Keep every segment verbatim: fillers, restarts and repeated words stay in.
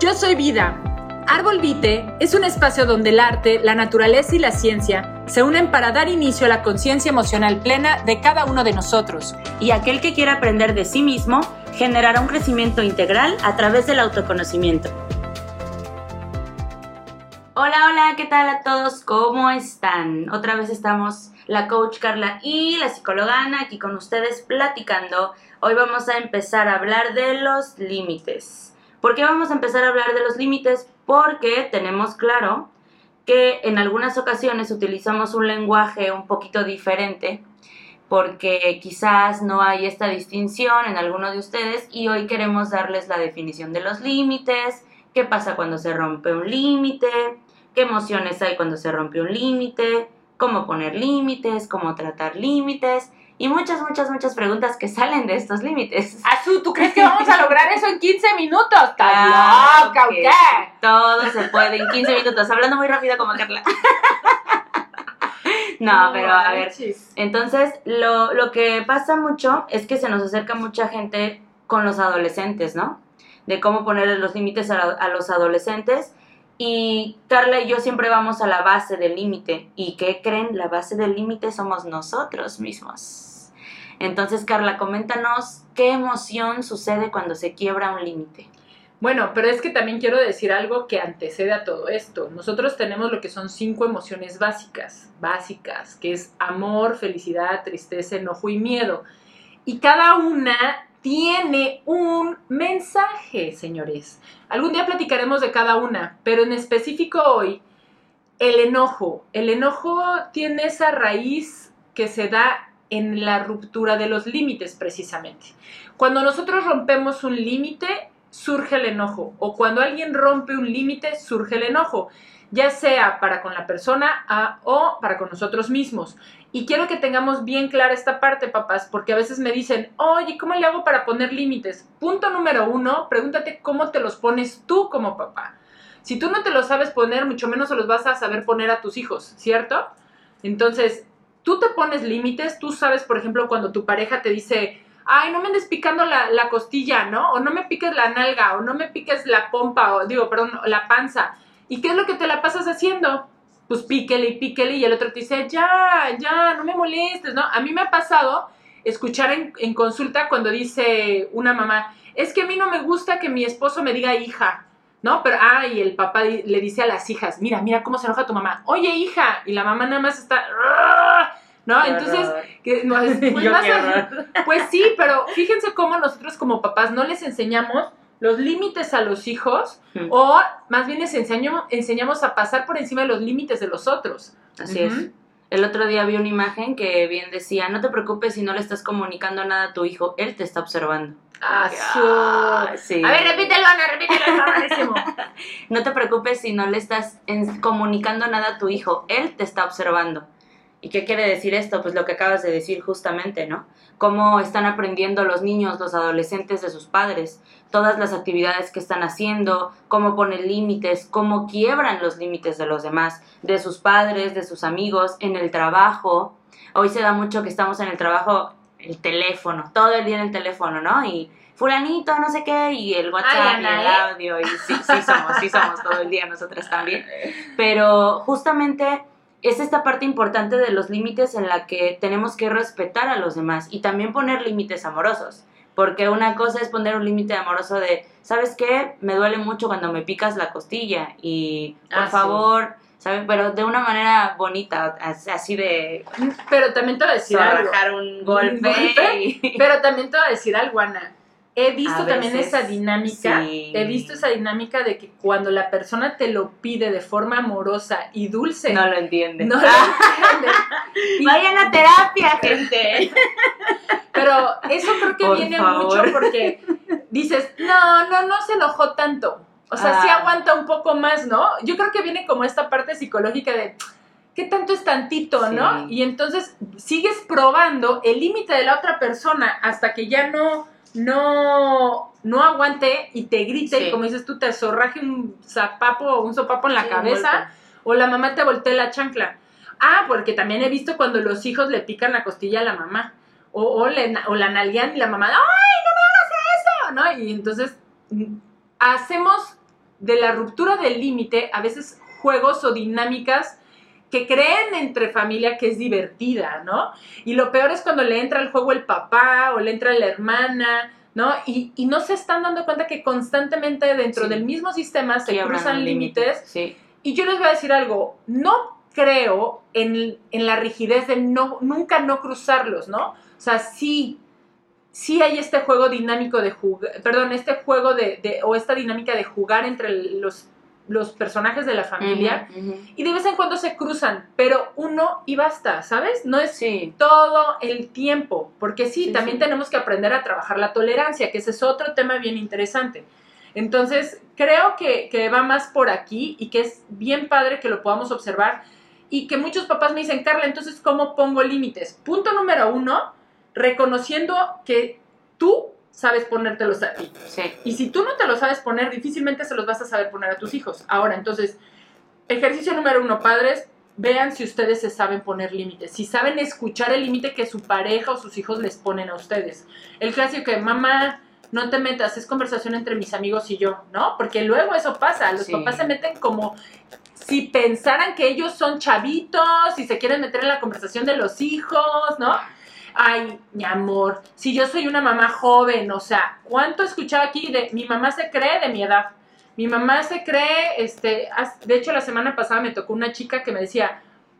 Yo soy Vida. Árbol Vite es un espacio donde el arte, la naturaleza y la ciencia se unen para dar inicio a la conciencia emocional plena de cada uno de nosotros. Y aquel que quiera aprender de sí mismo generará un crecimiento integral a través del autoconocimiento. Hola, hola, ¿qué tal a todos? ¿Cómo están? Otra vez estamos la coach Carla y la psicóloga Ana aquí con ustedes platicando. Hoy vamos a empezar a hablar de los límites. ¿Por qué vamos a empezar a hablar de los límites? Porque tenemos claro que en algunas ocasiones utilizamos un lenguaje un poquito diferente porque quizás no hay esta distinción en alguno de ustedes y hoy queremos darles la definición de los límites, qué pasa cuando se rompe un límite, qué emociones hay cuando se rompe un límite, cómo poner límites, cómo tratar límites y muchas, muchas, muchas preguntas que salen de estos límites. Azú, ¿tú crees que vamos a lograr eso en quince minutos? ¿Estás Ah, loca o que qué? Todo se puede en quince minutos, hablando muy rápido como Carla. No, pero a ver, entonces lo, lo que pasa mucho es que se nos acerca mucha gente con los adolescentes, ¿no? De cómo poner los límites a, a los adolescentes. Y Carla y yo siempre vamos a la base del límite. ¿Y qué creen? La base del límite somos nosotros mismos. Entonces, Carla, coméntanos qué emoción sucede cuando se quiebra un límite. Bueno, pero es que también quiero decir algo que antecede a todo esto. Nosotros tenemos lo que son cinco emociones básicas, básicas, que es amor, felicidad, tristeza, enojo y miedo. Y cada una tiene un mensaje, señores. Algún día platicaremos de cada una, pero en específico hoy, el enojo. El enojo tiene esa raíz que se da en la ruptura de los límites, precisamente. Cuando nosotros rompemos un límite, surge el enojo. O cuando alguien rompe un límite, surge el enojo. Ya sea para con la persona a, o para con nosotros mismos. Y quiero que tengamos bien clara esta parte, papás, porque a veces me dicen, oye, ¿cómo le hago para poner límites? Punto número uno, pregúntate cómo te los pones tú como papá. Si tú no te los sabes poner, mucho menos se los vas a saber poner a tus hijos, ¿cierto? Entonces, tú te pones límites, tú sabes, por ejemplo, cuando tu pareja te dice, ay, no me andes picando la, la costilla, ¿no? O no me piques la nalga, o no me piques la pompa, o digo, perdón, la panza. ¿Y qué es lo que te la pasas haciendo? Pues píquele y píquele y el otro te dice, ya, ya, no me molestes, ¿no? A mí me ha pasado escuchar en, en consulta cuando dice una mamá, es que a mí no me gusta que mi esposo me diga hija, ¿no? Pero, ah, y el papá le dice a las hijas, mira, mira cómo se enoja tu mamá, oye, hija, y la mamá nada más está, ¿no? Qué Entonces, que, no, pues, Yo más qué a, pues sí, pero fíjense cómo nosotros como papás no les enseñamos los límites a los hijos, hmm. o más bien les enseño, enseñamos a pasar por encima de los límites de los otros. Así uh-huh. es. El otro día vi una imagen que bien decía, no te preocupes si no le estás comunicando nada a tu hijo, él te está observando. Ah, ah, sí. A ver, repítelo, Ana, repítelo, está buenísimo. No te preocupes si no le estás en, comunicando nada a tu hijo, él te está observando. ¿Y qué quiere decir esto? Pues lo que acabas de decir justamente, ¿no? Cómo están aprendiendo los niños, los adolescentes de sus padres, todas las actividades que están haciendo, cómo ponen límites, cómo quiebran los límites de los demás, de sus padres, de sus amigos, en el trabajo. Hoy se da mucho que estamos en el trabajo, el teléfono, todo el día en el teléfono, ¿no? Y fulanito, no sé qué, y el WhatsApp, Ay, Ana, y el audio, y sí, sí somos, sí somos todo el día nosotras también. Pero justamente es esta parte importante de los límites en la que tenemos que respetar a los demás y también poner límites amorosos. Porque una cosa es poner un límite amoroso de, ¿sabes qué? Me duele mucho cuando me picas la costilla y por ah, favor, sí. ¿sabes? Pero de una manera bonita, así de... Pero también te voy a decir algo. un golpe. ¿Un golpe? Y... Pero también te voy a decir algo, Ana. He visto a también veces, esa dinámica, sí. he visto esa dinámica de que cuando la persona te lo pide de forma amorosa y dulce, no lo entiende. No lo entiende. Y, vayan a terapia, gente. Pero eso creo que Por viene favor. mucho porque dices, no, no, no se enojó tanto. O sea, ah. sí aguanta un poco más, ¿no? Yo creo que viene como esta parte psicológica de, ¿qué tanto es tantito, sí. no? Y entonces sigues probando el límite de la otra persona hasta que ya no... no no aguante y te grite sí. y como dices tú te zorraje un zapapo un sopapo en la sí, cabeza o la mamá te voltee la chancla. Ah, porque también he visto cuando los hijos le pican la costilla a la mamá o, o, le, o la nalguean y la mamá, ¡ay, no me hagas eso! ¿no? Y entonces hacemos de la ruptura del límite, a veces juegos o dinámicas que creen entre familia que es divertida, ¿no? Y lo peor es cuando le entra al juego el papá o le entra la hermana, ¿no? Y, y no se están dando cuenta que constantemente dentro sí. del mismo sistema se cruzan límites. Sí. Y yo les voy a decir algo, no creo en, en la rigidez de no, nunca no cruzarlos, ¿no? O sea, sí, sí hay este juego dinámico de jugar, perdón, este juego de, de, o esta dinámica de jugar entre los, los personajes de la familia, uh-huh, uh-huh. y de vez en cuando se cruzan, pero uno y basta, ¿sabes? No es sí. todo el tiempo, porque sí, sí también sí. tenemos que aprender a trabajar la tolerancia, que ese es otro tema bien interesante. Entonces, creo que, que va más por aquí y que es bien padre que lo podamos observar y que muchos papás me dicen, Carla, entonces, ¿cómo pongo límites? Punto número uno, reconociendo que tú sabes ponértelos a ti. Sí. Y si tú no te los sabes poner, difícilmente se los vas a saber poner a tus hijos. Ahora, entonces, ejercicio número uno, padres, vean si ustedes se saben poner límites, si saben escuchar el límite que su pareja o sus hijos les ponen a ustedes. El clásico que, mamá, no te metas, es conversación entre mis amigos y yo, ¿no? Porque luego eso pasa, los sí. papás se meten como si pensaran que ellos son chavitos y se quieren meter en la conversación de los hijos, ¿no? Ay, mi amor, si yo soy una mamá joven, o sea, ¿cuánto he escuchado aquí de mi mamá se cree de mi edad? Mi mamá se cree, este, de hecho la semana pasada me tocó una chica que me decía,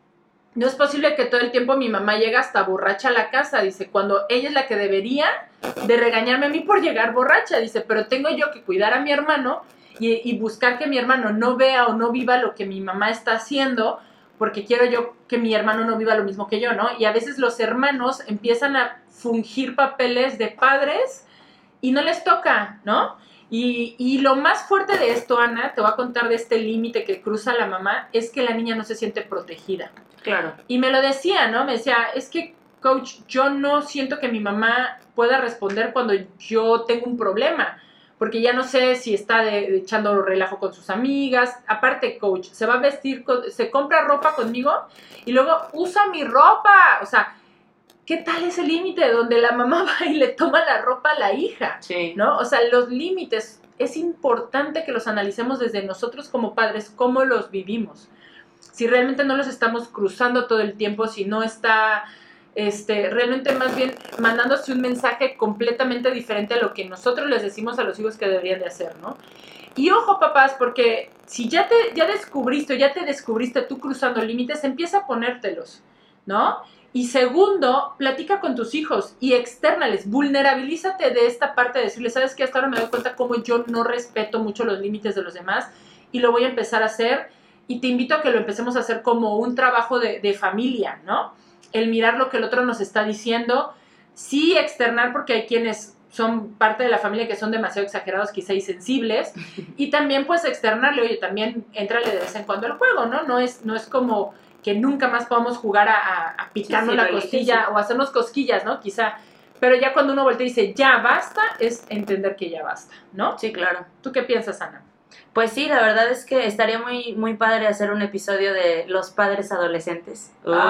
no es posible que todo el tiempo mi mamá llega hasta borracha a la casa, dice, cuando ella es la que debería de regañarme a mí por llegar borracha, dice, pero tengo yo que cuidar a mi hermano y, y buscar que mi hermano no vea o no viva lo que mi mamá está haciendo, porque quiero yo que mi hermano no viva lo mismo que yo, ¿no? Y a veces los hermanos empiezan a fungir papeles de padres y no les toca, ¿no? Y, y lo más fuerte de esto, Ana, te voy a contar de este límite que cruza la mamá, es que la niña no se siente protegida. Claro. Y me lo decía, ¿no? Me decía, es que, coach, yo no siento que mi mamá pueda responder cuando yo tengo un problema, porque ya no sé si está de, de echando relajo con sus amigas. Aparte, coach, se va a vestir, con, se compra ropa conmigo y luego usa mi ropa. O sea, ¿qué tal ese límite donde la mamá va y le toma la ropa a la hija? Sí. ¿No? O sea, los límites, es importante que los analicemos desde nosotros como padres, cómo los vivimos. Si realmente no los estamos cruzando todo el tiempo, si no está este, realmente más bien mandándose un mensaje completamente diferente a lo que nosotros les decimos a los hijos que deberían de hacer, ¿no? Y ojo, papás, porque si ya te ya descubriste, ya te descubriste tú cruzando límites, empieza a ponértelos, ¿no? Y segundo, platica con tus hijos y externales, vulnerabilízate de esta parte de decirles, ¿sabes qué? Hasta ahora me doy cuenta cómo yo no respeto mucho los límites de los demás y lo voy a empezar a hacer. Y te invito a que lo empecemos a hacer como un trabajo de, de familia, ¿no? El mirar lo que el otro nos está diciendo, sí externar porque hay quienes son parte de la familia que son demasiado exagerados quizá y sensibles, y también pues externarle, oye, también éntrale de vez en cuando al juego, ¿no? No es, no es como que nunca más podamos jugar a, a, a picarnos sí, sí, la costilla sí. o hacernos cosquillas, ¿no? Quizá, pero ya cuando uno voltea y dice, ya basta, es entender que ya basta, ¿no? Sí, claro. ¿Tú qué piensas, Ana? Pues sí, la verdad es que estaría muy, muy padre hacer un episodio de los padres adolescentes.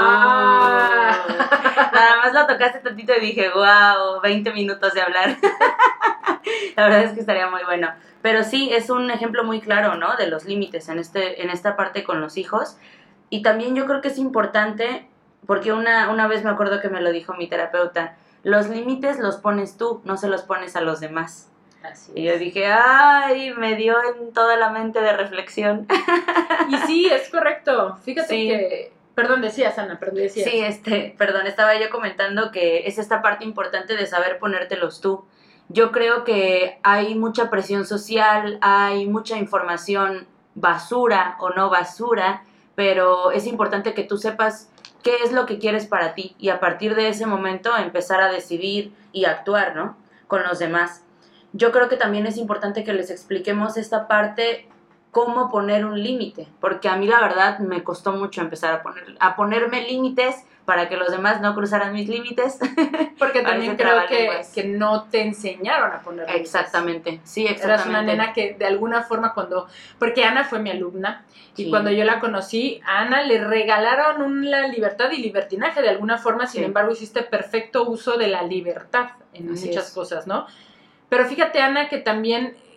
Ah. Uh, nada más lo tocaste tantito y dije, wow, veinte minutos de hablar. La verdad es que estaría muy bueno. Pero sí, es un ejemplo muy claro, ¿no? De los límites en, este, en esta parte con los hijos. Y también yo creo que es importante, porque una, una vez me acuerdo que me lo dijo mi terapeuta, los límites los pones tú, no se los pones a los demás. Así y yo dije, ay, me dio en toda la mente de reflexión. Y sí, es correcto. Fíjate sí. que... Perdón, decías, Ana, perdón, decías. Sí, este, perdón, estaba yo comentando que es esta parte importante de saber ponértelos tú. Yo creo que hay mucha presión social, hay mucha información basura o no basura, pero es importante que tú sepas qué es lo que quieres para ti y a partir de ese momento empezar a decidir y actuar, ¿no? Con los demás. Yo creo que también es importante que les expliquemos esta parte, cómo poner un límite, porque a mí la verdad me costó mucho empezar a, poner, a ponerme límites para que los demás no cruzaran mis límites. Porque también creo que, que no te enseñaron a poner límites. Exactamente, sí, exactamente. Eras una nena que de alguna forma cuando... Porque Ana fue mi alumna y sí. Cuando yo la conocí, a Ana le regalaron una libertad y libertinaje de alguna forma, sin sí. embargo hiciste perfecto uso de la libertad en Así muchas es. cosas, ¿no? Pero fíjate, Ana, que también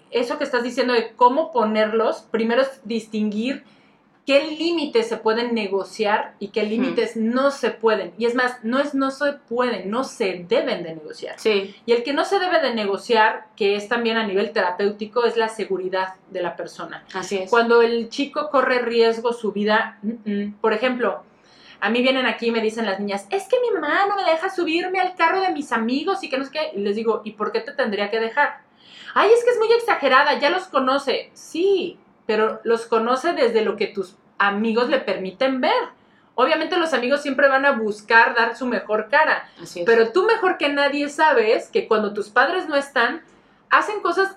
eso que estás diciendo de cómo ponerlos, primero es distinguir qué límites se pueden negociar y qué límites hmm. no se pueden. Y es más, no es no se pueden, no se deben de negociar. Sí. Y el que no se debe de negociar, que es también a nivel terapéutico, es la seguridad de la persona. Así es. Cuando el chico corre riesgo su vida, uh-uh. por ejemplo, a mí vienen aquí y me dicen las niñas, es que mi mamá no me deja subirme al carro de mis amigos y que no sé qué. Y les digo, ¿y por qué te tendría que dejar? Ay, es que es muy exagerada, ya los conoce. Sí, pero los conoce desde lo que tus amigos le permiten ver. Obviamente los amigos siempre van a buscar dar su mejor cara. Así es. Pero tú mejor que nadie sabes que cuando tus padres no están, hacen cosas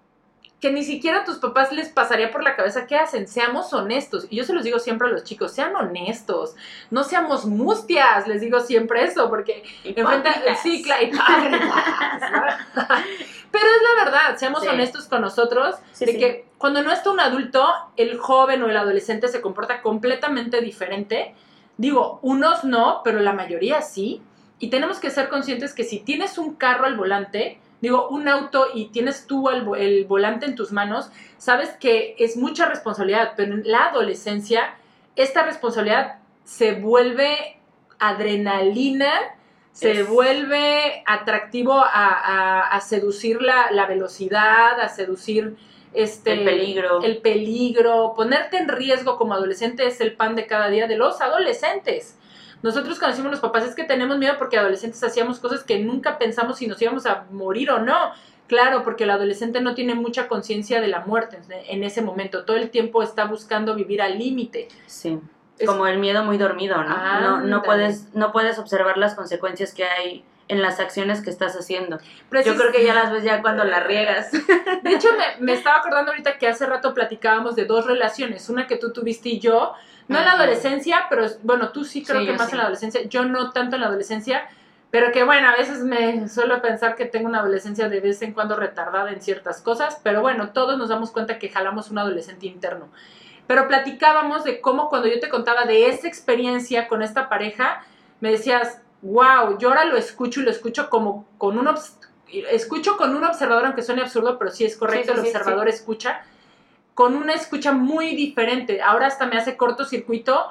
que ni siquiera a tus papás les pasaría por la cabeza que hacen. Seamos honestos. Y yo se los digo siempre a los chicos, sean honestos. No seamos mustias, les digo siempre eso, porque enfrenta, sí, claro, hipócritas, ¿no? Pero es la verdad, seamos sí. honestos con nosotros, sí, de sí. que cuando no está un adulto, el joven o el adolescente se comporta completamente diferente. Digo, unos no, pero la mayoría sí. Y tenemos que ser conscientes que si tienes un carro al volante, digo, un auto y tienes tú el, el volante en tus manos, sabes que es mucha responsabilidad, pero en la adolescencia esta responsabilidad se vuelve adrenalina, se es. vuelve atractivo a, a, a seducir la, la velocidad, a seducir este, el peligro. el peligro. Ponerte en riesgo como adolescente es el pan de cada día de los adolescentes. Nosotros cuando decimos los papás es que tenemos miedo porque adolescentes hacíamos cosas que nunca pensamos si nos íbamos a morir o no. Claro, porque el adolescente no tiene mucha conciencia de la muerte en ese momento. Todo el tiempo está buscando vivir al límite. Sí. Es como el miedo muy dormido, ¿no? Ah, no, no, puedes, no puedes observar las consecuencias que hay en las acciones que estás haciendo. Precis- Yo creo que ya las ves ya cuando la riegas. De hecho, me, me estaba acordando ahorita que hace rato platicábamos de dos relaciones. Una que tú tuviste y yo. No en la adolescencia, pero bueno, tú sí creo sí, que más sí. en la adolescencia. Yo no tanto en la adolescencia, pero que bueno, a veces me suelo pensar que tengo una adolescencia de vez en cuando retardada en ciertas cosas. Pero bueno, todos nos damos cuenta que jalamos un adolescente interno. Pero platicábamos de cómo cuando yo te contaba de esa experiencia con esta pareja, me decías, wow, yo ahora lo escucho y lo escucho como con un, obs- escucho con un observador, aunque suene absurdo, pero sí es correcto, sí, sí, el observador sí, sí. escucha, con una escucha muy diferente. Ahora hasta me hace cortocircuito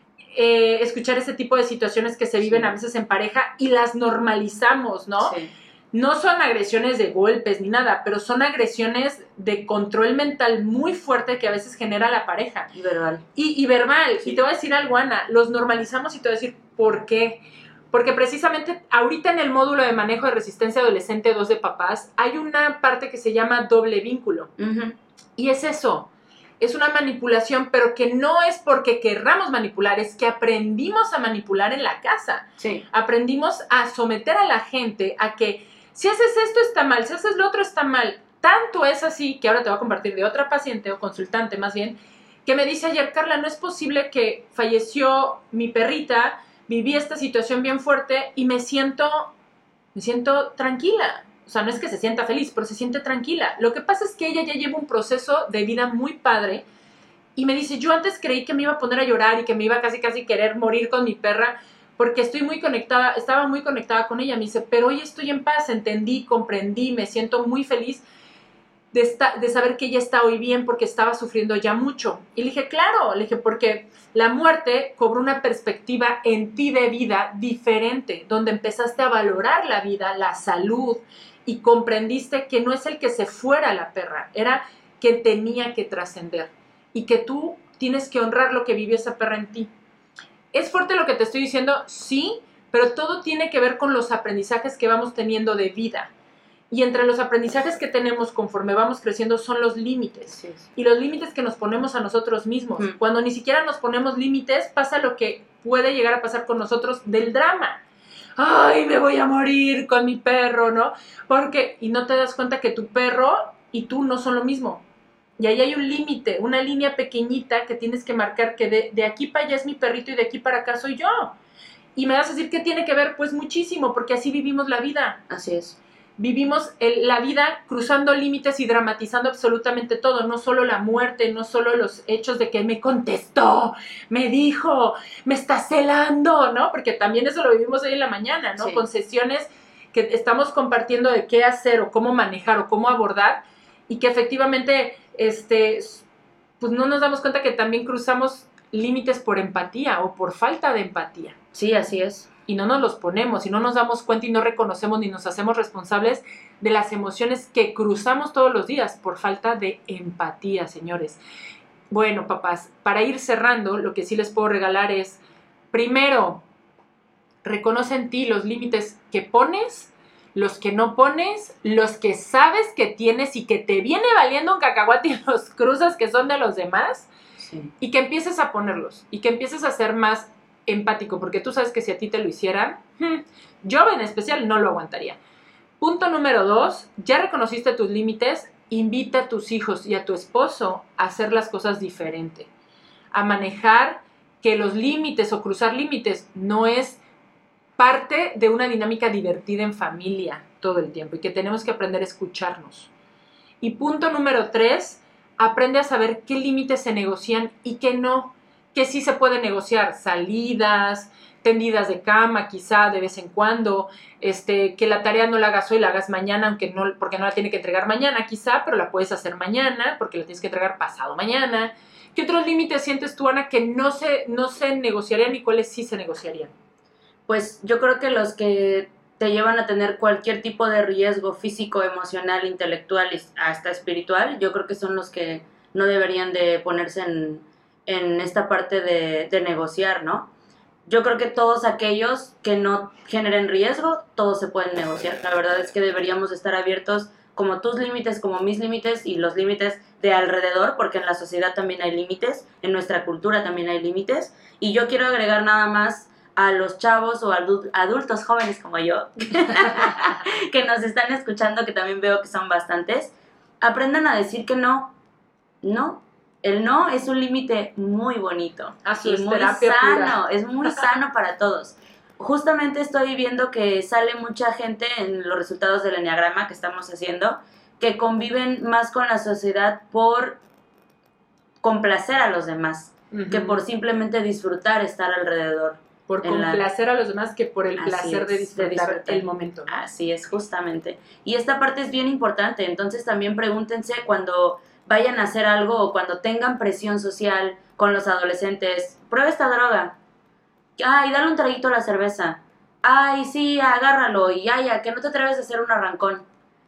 eh, escuchar ese tipo de situaciones que se viven sí. a veces en pareja y las normalizamos, ¿no? Sí. No son agresiones de golpes ni nada, pero son agresiones de control mental muy fuerte que a veces genera la pareja. Y verbal. Y, y verbal. Sí. Y te voy a decir algo, Ana, los normalizamos y te voy a decir por qué. Porque precisamente ahorita en el módulo de manejo de resistencia adolescente dos de papás hay una parte que se llama doble vínculo. Uh-huh. Y es eso, es una manipulación, pero que no es porque querramos manipular, es que aprendimos a manipular en la casa. Sí. Aprendimos a someter a la gente a que si haces esto está mal, si haces lo otro está mal. Tanto es así, que ahora te voy a compartir de otra paciente o consultante más bien, que me dice ayer, Carla, no es posible que falleció mi perrita, viví esta situación bien fuerte y me siento, me siento tranquila. O sea, no es que se sienta feliz, pero se siente tranquila. Lo que pasa es que ella ya lleva un proceso de vida muy padre y me dice, yo antes creí que me iba a poner a llorar y que me iba casi casi querer morir con mi perra porque estoy muy conectada, estaba muy conectada con ella. Me dice, pero hoy estoy en paz, entendí, comprendí, me siento muy feliz de, esta, de saber que ella está hoy bien porque estaba sufriendo ya mucho. Y le dije, claro, le dije, porque la muerte cobró una perspectiva en ti de vida diferente, donde empezaste a valorar la vida, la salud, y comprendiste que no es el que se fuera la perra, era que tenía que trascender y que tú tienes que honrar lo que vivió esa perra en ti. ¿Es fuerte lo que te estoy diciendo? Sí, pero todo tiene que ver con los aprendizajes que vamos teniendo de vida. Y entre los aprendizajes que tenemos conforme vamos creciendo son los límites. Sí, sí. Y los límites que nos ponemos a nosotros mismos. Mm. Cuando ni siquiera nos ponemos límites, pasa lo que puede llegar a pasar con nosotros del drama. ¡Ay, me voy a morir con mi perro!, ¿no? Porque, y no te das cuenta que tu perro y tú no son lo mismo. Y ahí hay un límite, una línea pequeñita que tienes que marcar que de, de aquí para allá es mi perrito y de aquí para acá soy yo. Y me vas a decir, ¿qué tiene que ver? Pues muchísimo, porque así vivimos la vida. Así es. Vivimos el, la vida cruzando límites y dramatizando absolutamente todo, no solo la muerte, no solo los hechos de que me contestó, me dijo, me está celando, ¿no? Porque también eso lo vivimos hoy en la mañana, ¿no? Sí. Con sesiones que estamos compartiendo de qué hacer o cómo manejar o cómo abordar y que efectivamente, este, pues no nos damos cuenta que también cruzamos límites por empatía o por falta de empatía. Sí, así es. Y no nos los ponemos, y no nos damos cuenta y no reconocemos ni nos hacemos responsables de las emociones que cruzamos todos los días por falta de empatía, señores. Bueno, papás, para ir cerrando, lo que sí les puedo regalar es, primero, reconoce en ti los límites que pones, los que no pones, los que sabes que tienes y que te viene valiendo un cacahuate y los cruzas que son de los demás, sí. Y que empieces a ponerlos, y que empieces a ser más empático, porque tú sabes que si a ti te lo hicieran, yo en especial no lo aguantaría. Punto número dos, ya reconociste tus límites, invita a tus hijos y a tu esposo a hacer las cosas diferente, a manejar que los límites o cruzar límites no es parte de una dinámica divertida en familia todo el tiempo y que tenemos que aprender a escucharnos. Y punto número tres, aprende a saber qué límites se negocian y qué no, que sí se puede negociar, salidas, tendidas de cama quizá de vez en cuando, este, que la tarea no la hagas hoy, la hagas mañana, aunque no, porque no la tiene que entregar mañana quizá, pero la puedes hacer mañana, porque la tienes que entregar pasado mañana. ¿Qué otros límites sientes tú, Ana, que no se, no se negociarían y cuáles sí se negociarían? Pues yo creo que los que te llevan a tener cualquier tipo de riesgo físico, emocional, intelectual y hasta espiritual, yo creo que son los que no deberían de ponerse en, en esta parte de, de negociar, ¿no? Yo creo que todos aquellos que no generen riesgo, todos se pueden negociar. La verdad es que deberíamos estar abiertos como tus límites, como mis límites y los límites de alrededor, porque en la sociedad también hay límites, en nuestra cultura también hay límites. Y yo quiero agregar nada más a los chavos o adultos jóvenes como yo, que nos están escuchando, que también veo que son bastantes, aprendan a decir que no, no. El no es un límite muy bonito y muy sano, es muy sano para todos. Justamente estoy viendo que sale mucha gente en los resultados del enneagrama que estamos haciendo, que conviven más con la sociedad por complacer a los demás, uh-huh. que por simplemente disfrutar estar alrededor. Por complacer la... a los demás que por el Así placer es, de, disfrutar de disfrutar el momento, ¿no? Así es, justamente. Y esta parte es bien importante, entonces también pregúntense cuando vayan a hacer algo o cuando tengan presión social con los adolescentes, prueba esta droga, ay, dale un traguito a la cerveza, ay, sí, agárralo, y ay, a que no te atreves a hacer un arrancón,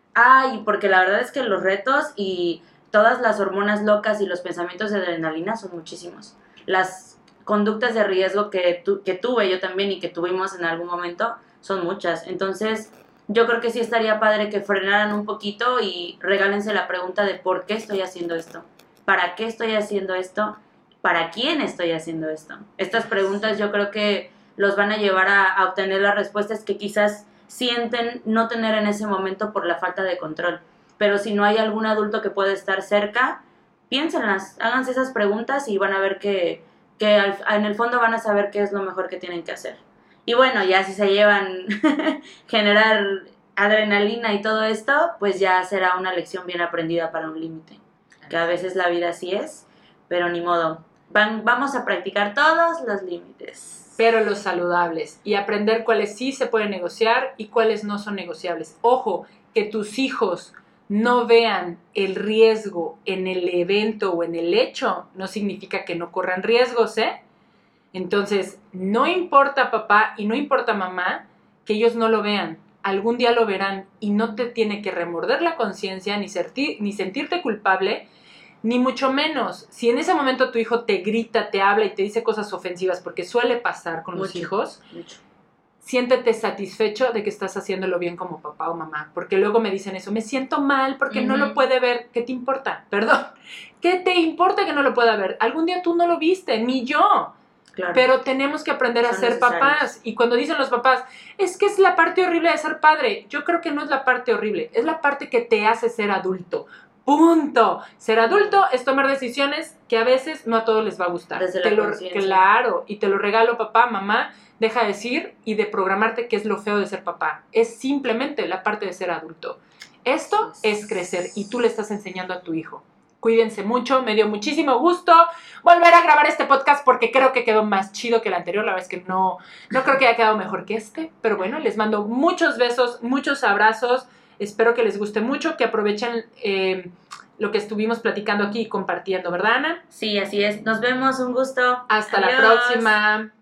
ay, porque la verdad es que los retos y todas las hormonas locas y los pensamientos de adrenalina son muchísimos. Las conductas de riesgo que, tu, que tuve yo también y que tuvimos en algún momento son muchas, entonces yo creo que sí estaría padre que frenaran un poquito y regálense la pregunta de ¿por qué estoy haciendo esto? ¿Para qué estoy haciendo esto? ¿Para quién estoy haciendo esto? Estas preguntas yo creo que los van a llevar a, a obtener las respuestas que quizás sienten no tener en ese momento por la falta de control. Pero si no hay algún adulto que pueda estar cerca, piénsenlas, háganse esas preguntas y van a ver que, que al, en el fondo van a saber qué es lo mejor que tienen que hacer. Y bueno, ya si se llevan generar adrenalina y todo esto, pues ya será una lección bien aprendida para un límite. Que a veces la vida así es, pero ni modo. Van, vamos a practicar todos los límites. Pero los saludables. Y aprender cuáles sí se pueden negociar y cuáles no son negociables. Ojo, que tus hijos no vean el riesgo en el evento o en el hecho, no significa que no corran riesgos, ¿eh? Entonces, no importa papá y no importa mamá que ellos no lo vean. Algún día lo verán y no te tiene que remorder la conciencia ni, serti- ni sentirte culpable, ni mucho menos. Si en ese momento tu hijo te grita, te habla y te dice cosas ofensivas, porque suele pasar con mucho, los hijos, mucho. Siéntete satisfecho de que estás haciéndolo bien como papá o mamá. Porque luego me dicen eso, me siento mal porque uh-huh. no lo puede ver. ¿Qué te importa? Perdón. ¿Qué te importa que no lo pueda ver? Algún día tú no lo viste, ni yo. Claro. Pero tenemos que aprender Son a ser papás. Y cuando dicen los papás, es que es la parte horrible de ser padre. Yo creo que no es la parte horrible, es la parte que te hace ser adulto. Punto. Ser adulto es tomar decisiones que a veces no a todos les va a gustar. Desde te la lo, conciencia. Claro, y te lo regalo papá, mamá, deja de decir y de programarte qué es lo feo de ser papá. Es simplemente la parte de ser adulto. Esto es crecer y tú le estás enseñando a tu hijo. Cuídense mucho, me dio muchísimo gusto volver a grabar este podcast porque creo que quedó más chido que el anterior. La verdad es que no, no creo que haya quedado mejor que este, pero bueno, les mando muchos besos, muchos abrazos. Espero que les guste mucho, que aprovechen eh, lo que estuvimos platicando aquí y compartiendo, ¿verdad, Ana? Sí, así es. Nos vemos, un gusto. Hasta Adiós. la próxima.